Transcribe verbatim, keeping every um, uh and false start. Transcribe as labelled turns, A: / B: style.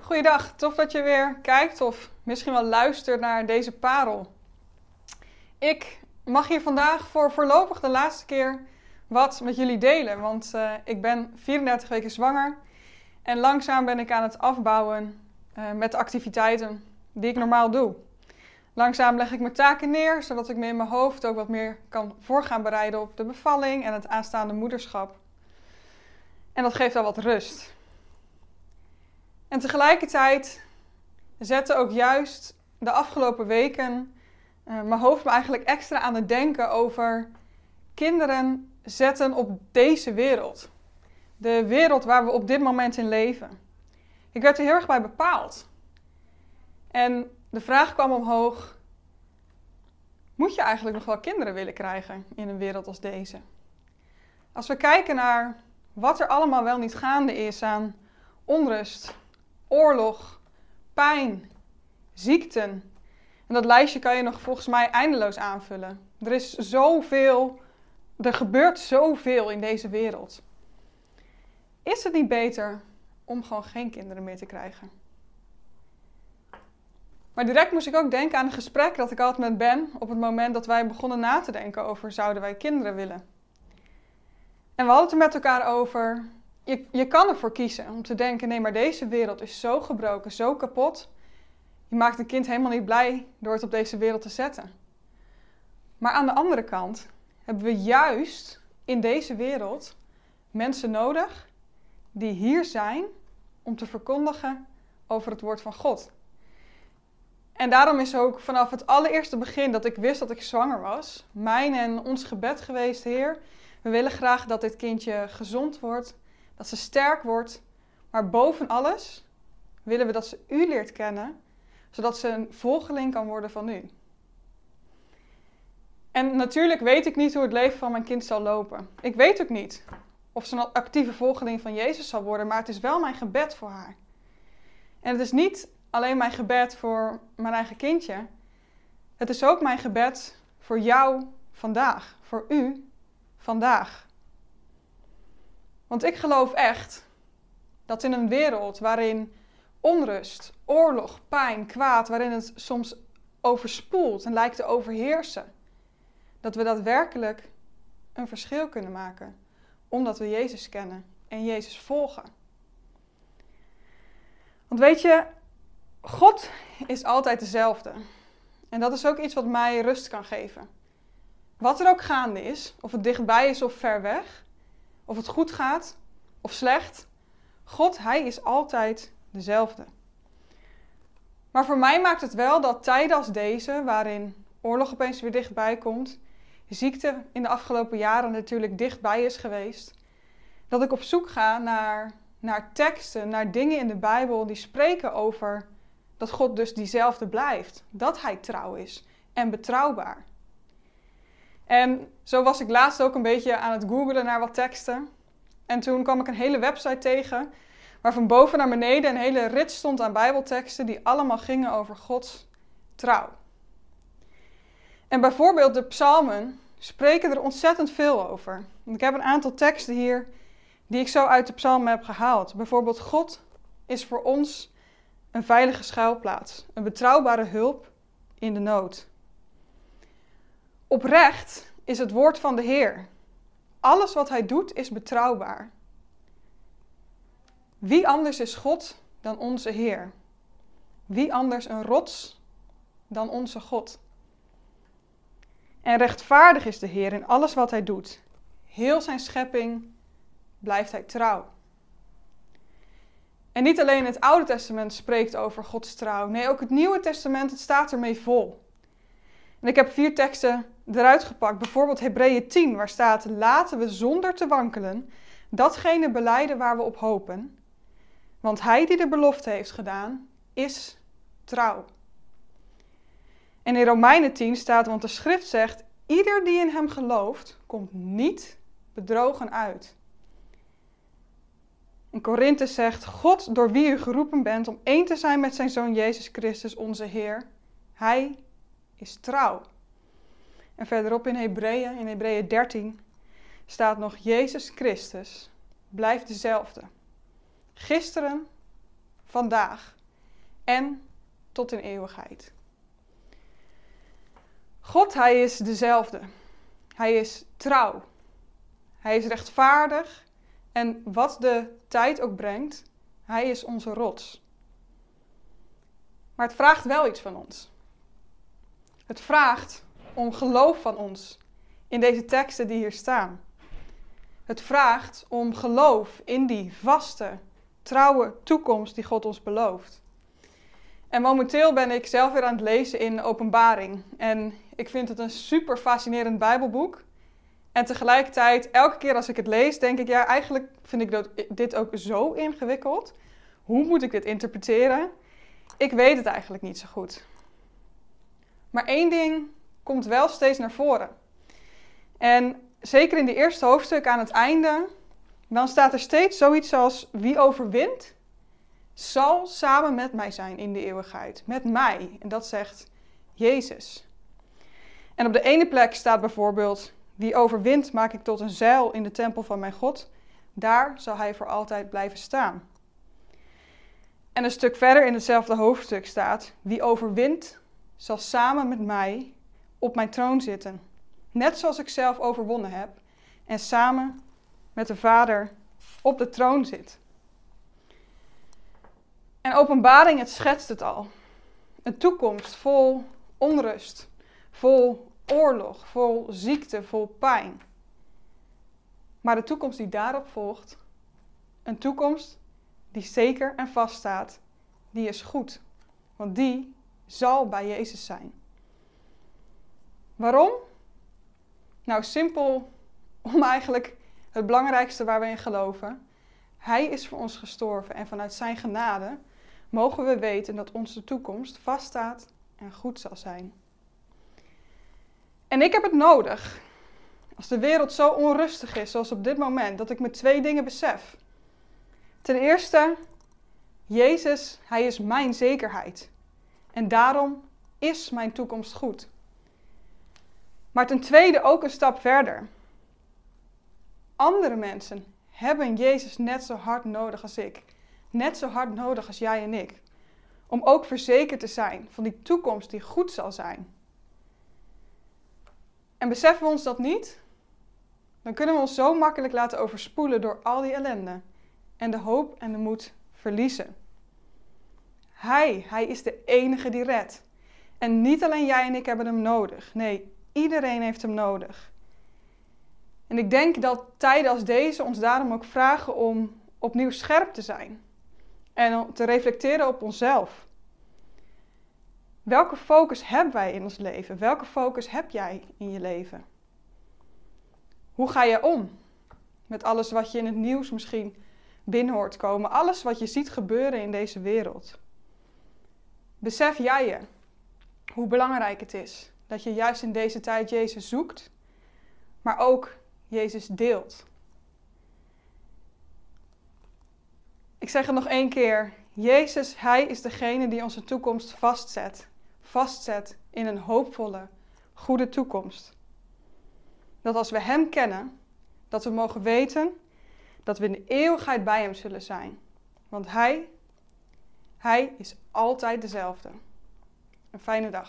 A: Goeiedag, tof dat je weer kijkt of misschien wel luistert naar deze parel. Ik mag hier vandaag voor voorlopig de laatste keer wat met jullie delen, want uh, ik ben vierendertig weken zwanger en langzaam ben ik aan het afbouwen uh, met de activiteiten die ik normaal doe. Langzaam leg ik mijn taken neer, zodat ik me in mijn hoofd ook wat meer kan voor gaan bereiden op de bevalling en het aanstaande moederschap. En dat geeft al wat rust. En tegelijkertijd zette ook juist de afgelopen weken uh, mijn hoofd me eigenlijk extra aan het denken over kinderen zetten op deze wereld. De wereld waar we op dit moment in leven. Ik werd er heel erg bij bepaald. En de vraag kwam omhoog, moet je eigenlijk nog wel kinderen willen krijgen in een wereld als deze? Als we kijken naar wat er allemaal wel niet gaande is aan onrust, oorlog, pijn, ziekten. En dat lijstje kan je nog volgens mij eindeloos aanvullen. Er is zoveel, er gebeurt zoveel in deze wereld. Is het niet beter om gewoon geen kinderen meer te krijgen? Maar direct moest ik ook denken aan een gesprek dat ik had met Ben op het moment dat wij begonnen na te denken over zouden wij kinderen willen. En we hadden het er met elkaar over, je, je kan ervoor kiezen om te denken, nee maar deze wereld is zo gebroken, zo kapot. Je maakt een kind helemaal niet blij door het op deze wereld te zetten. Maar aan de andere kant hebben we juist in deze wereld mensen nodig die hier zijn om te verkondigen over het woord van God. En daarom is ook vanaf het allereerste begin dat ik wist dat ik zwanger was, mijn en ons gebed geweest, Heer, we willen graag dat dit kindje gezond wordt, dat ze sterk wordt, maar boven alles willen we dat ze U leert kennen, zodat ze een volgeling kan worden van U. En natuurlijk weet ik niet hoe het leven van mijn kind zal lopen. Ik weet ook niet of ze een actieve volgeling van Jezus zal worden, maar het is wel mijn gebed voor haar. En het is niet alleen mijn gebed voor mijn eigen kindje. Het is ook mijn gebed voor jou vandaag, voor u vandaag. Want ik geloof echt dat in een wereld waarin onrust, oorlog, pijn, kwaad, waarin het soms overspoelt en lijkt te overheersen, dat we daadwerkelijk een verschil kunnen maken, omdat we Jezus kennen en Jezus volgen. Want weet je, God is altijd dezelfde. En dat is ook iets wat mij rust kan geven. Wat er ook gaande is, of het dichtbij is of ver weg, of het goed gaat of slecht, God, Hij is altijd dezelfde. Maar voor mij maakt het wel dat tijden als deze, waarin oorlog opeens weer dichtbij komt, ziekte in de afgelopen jaren natuurlijk dichtbij is geweest, dat ik op zoek ga naar, naar teksten, naar dingen in de Bijbel die spreken over dat God dus diezelfde blijft. Dat Hij trouw is en betrouwbaar. En zo was ik laatst ook een beetje aan het googlen naar wat teksten. En toen kwam ik een hele website tegen, waar van boven naar beneden een hele rit stond aan Bijbelteksten die allemaal gingen over Gods trouw. En bijvoorbeeld de psalmen spreken er ontzettend veel over. Ik heb een aantal teksten hier die ik zo uit de psalmen heb gehaald. Bijvoorbeeld, God is voor ons een veilige schuilplaats, een betrouwbare hulp in de nood. Oprecht is het woord van de Heer. Alles wat Hij doet is betrouwbaar. Wie anders is God dan onze Heer? Wie anders een rots dan onze God? En rechtvaardig is de Heer in alles wat Hij doet. Heel zijn schepping blijft Hij trouw. En niet alleen het Oude Testament spreekt over Gods trouw. Nee, ook het Nieuwe Testament, het staat ermee vol. En ik heb vier teksten eruit gepakt. Bijvoorbeeld Hebreeën tien, waar staat: laten we zonder te wankelen datgene belijden waar we op hopen. Want Hij die de belofte heeft gedaan, is trouw. En in Romeinen tien staat, want de schrift zegt, ieder die in Hem gelooft, komt niet bedrogen uit. En Korinthe zegt, God door wie u geroepen bent om één te zijn met zijn Zoon Jezus Christus, onze Heer, Hij is trouw. En verderop in Hebreeën, in Hebreeën dertien, staat nog, Jezus Christus blijft dezelfde. Gisteren, vandaag en tot in eeuwigheid. God, hij is dezelfde. Hij is trouw. Hij is rechtvaardig en wat de tijd ook brengt, hij is onze rots. Maar het vraagt wel iets van ons. Het vraagt om geloof van ons in deze teksten die hier staan. Het vraagt om geloof in die vaste, trouwe toekomst die God ons belooft. En momenteel ben ik zelf weer aan het lezen in Openbaring. En ik vind het een super fascinerend Bijbelboek. En tegelijkertijd, elke keer als ik het lees, denk ik, ja, eigenlijk vind ik dit ook zo ingewikkeld. Hoe moet ik dit interpreteren? Ik weet het eigenlijk niet zo goed. Maar één ding komt wel steeds naar voren. En zeker in de eerste hoofdstuk aan het einde, dan staat er steeds zoiets als: wie overwint, zal samen met mij zijn in de eeuwigheid. Met mij. En dat zegt Jezus. En op de ene plek staat bijvoorbeeld: wie overwint maak ik tot een zuil in de tempel van mijn God. Daar zal hij voor altijd blijven staan. En een stuk verder in hetzelfde hoofdstuk staat: wie overwint zal samen met mij op mijn troon zitten. Net zoals ik zelf overwonnen heb en samen met de Vader op de troon zit. En Openbaring, het schetst het al. Een toekomst vol onrust, vol oorlog, vol ziekte, vol pijn. Maar de toekomst die daarop volgt, een toekomst die zeker en vast staat, die is goed. Want die zal bij Jezus zijn. Waarom? Nou, simpel om eigenlijk het belangrijkste waar we in geloven. Hij is voor ons gestorven en vanuit zijn genade mogen we weten dat onze toekomst vaststaat en goed zal zijn. En ik heb het nodig, als de wereld zo onrustig is zoals op dit moment, dat ik me twee dingen besef. Ten eerste, Jezus, hij is mijn zekerheid. En daarom is mijn toekomst goed. Maar ten tweede ook een stap verder. Andere mensen hebben Jezus net zo hard nodig als ik. Net zo hard nodig als jij en ik. Om ook verzekerd te zijn van die toekomst die goed zal zijn. En beseffen we ons dat niet, dan kunnen we ons zo makkelijk laten overspoelen door al die ellende. En de hoop en de moed verliezen. Hij, hij is de enige die redt. En niet alleen jij en ik hebben hem nodig. Nee, iedereen heeft hem nodig. En ik denk dat tijden als deze ons daarom ook vragen om opnieuw scherp te zijn. En om te reflecteren op onszelf. Welke focus hebben wij in ons leven? Welke focus heb jij in je leven? Hoe ga je om met alles wat je in het nieuws misschien binnen hoort komen? Alles wat je ziet gebeuren in deze wereld. Besef jij je hoe belangrijk het is dat je juist in deze tijd Jezus zoekt, maar ook Jezus deelt? Ik zeg het nog één keer. Jezus, hij is degene die onze toekomst vastzet. Vastzet in een hoopvolle, goede toekomst. Dat als we hem kennen, dat we mogen weten dat we in de eeuwigheid bij hem zullen zijn. Want hij, hij is altijd dezelfde. Een fijne dag.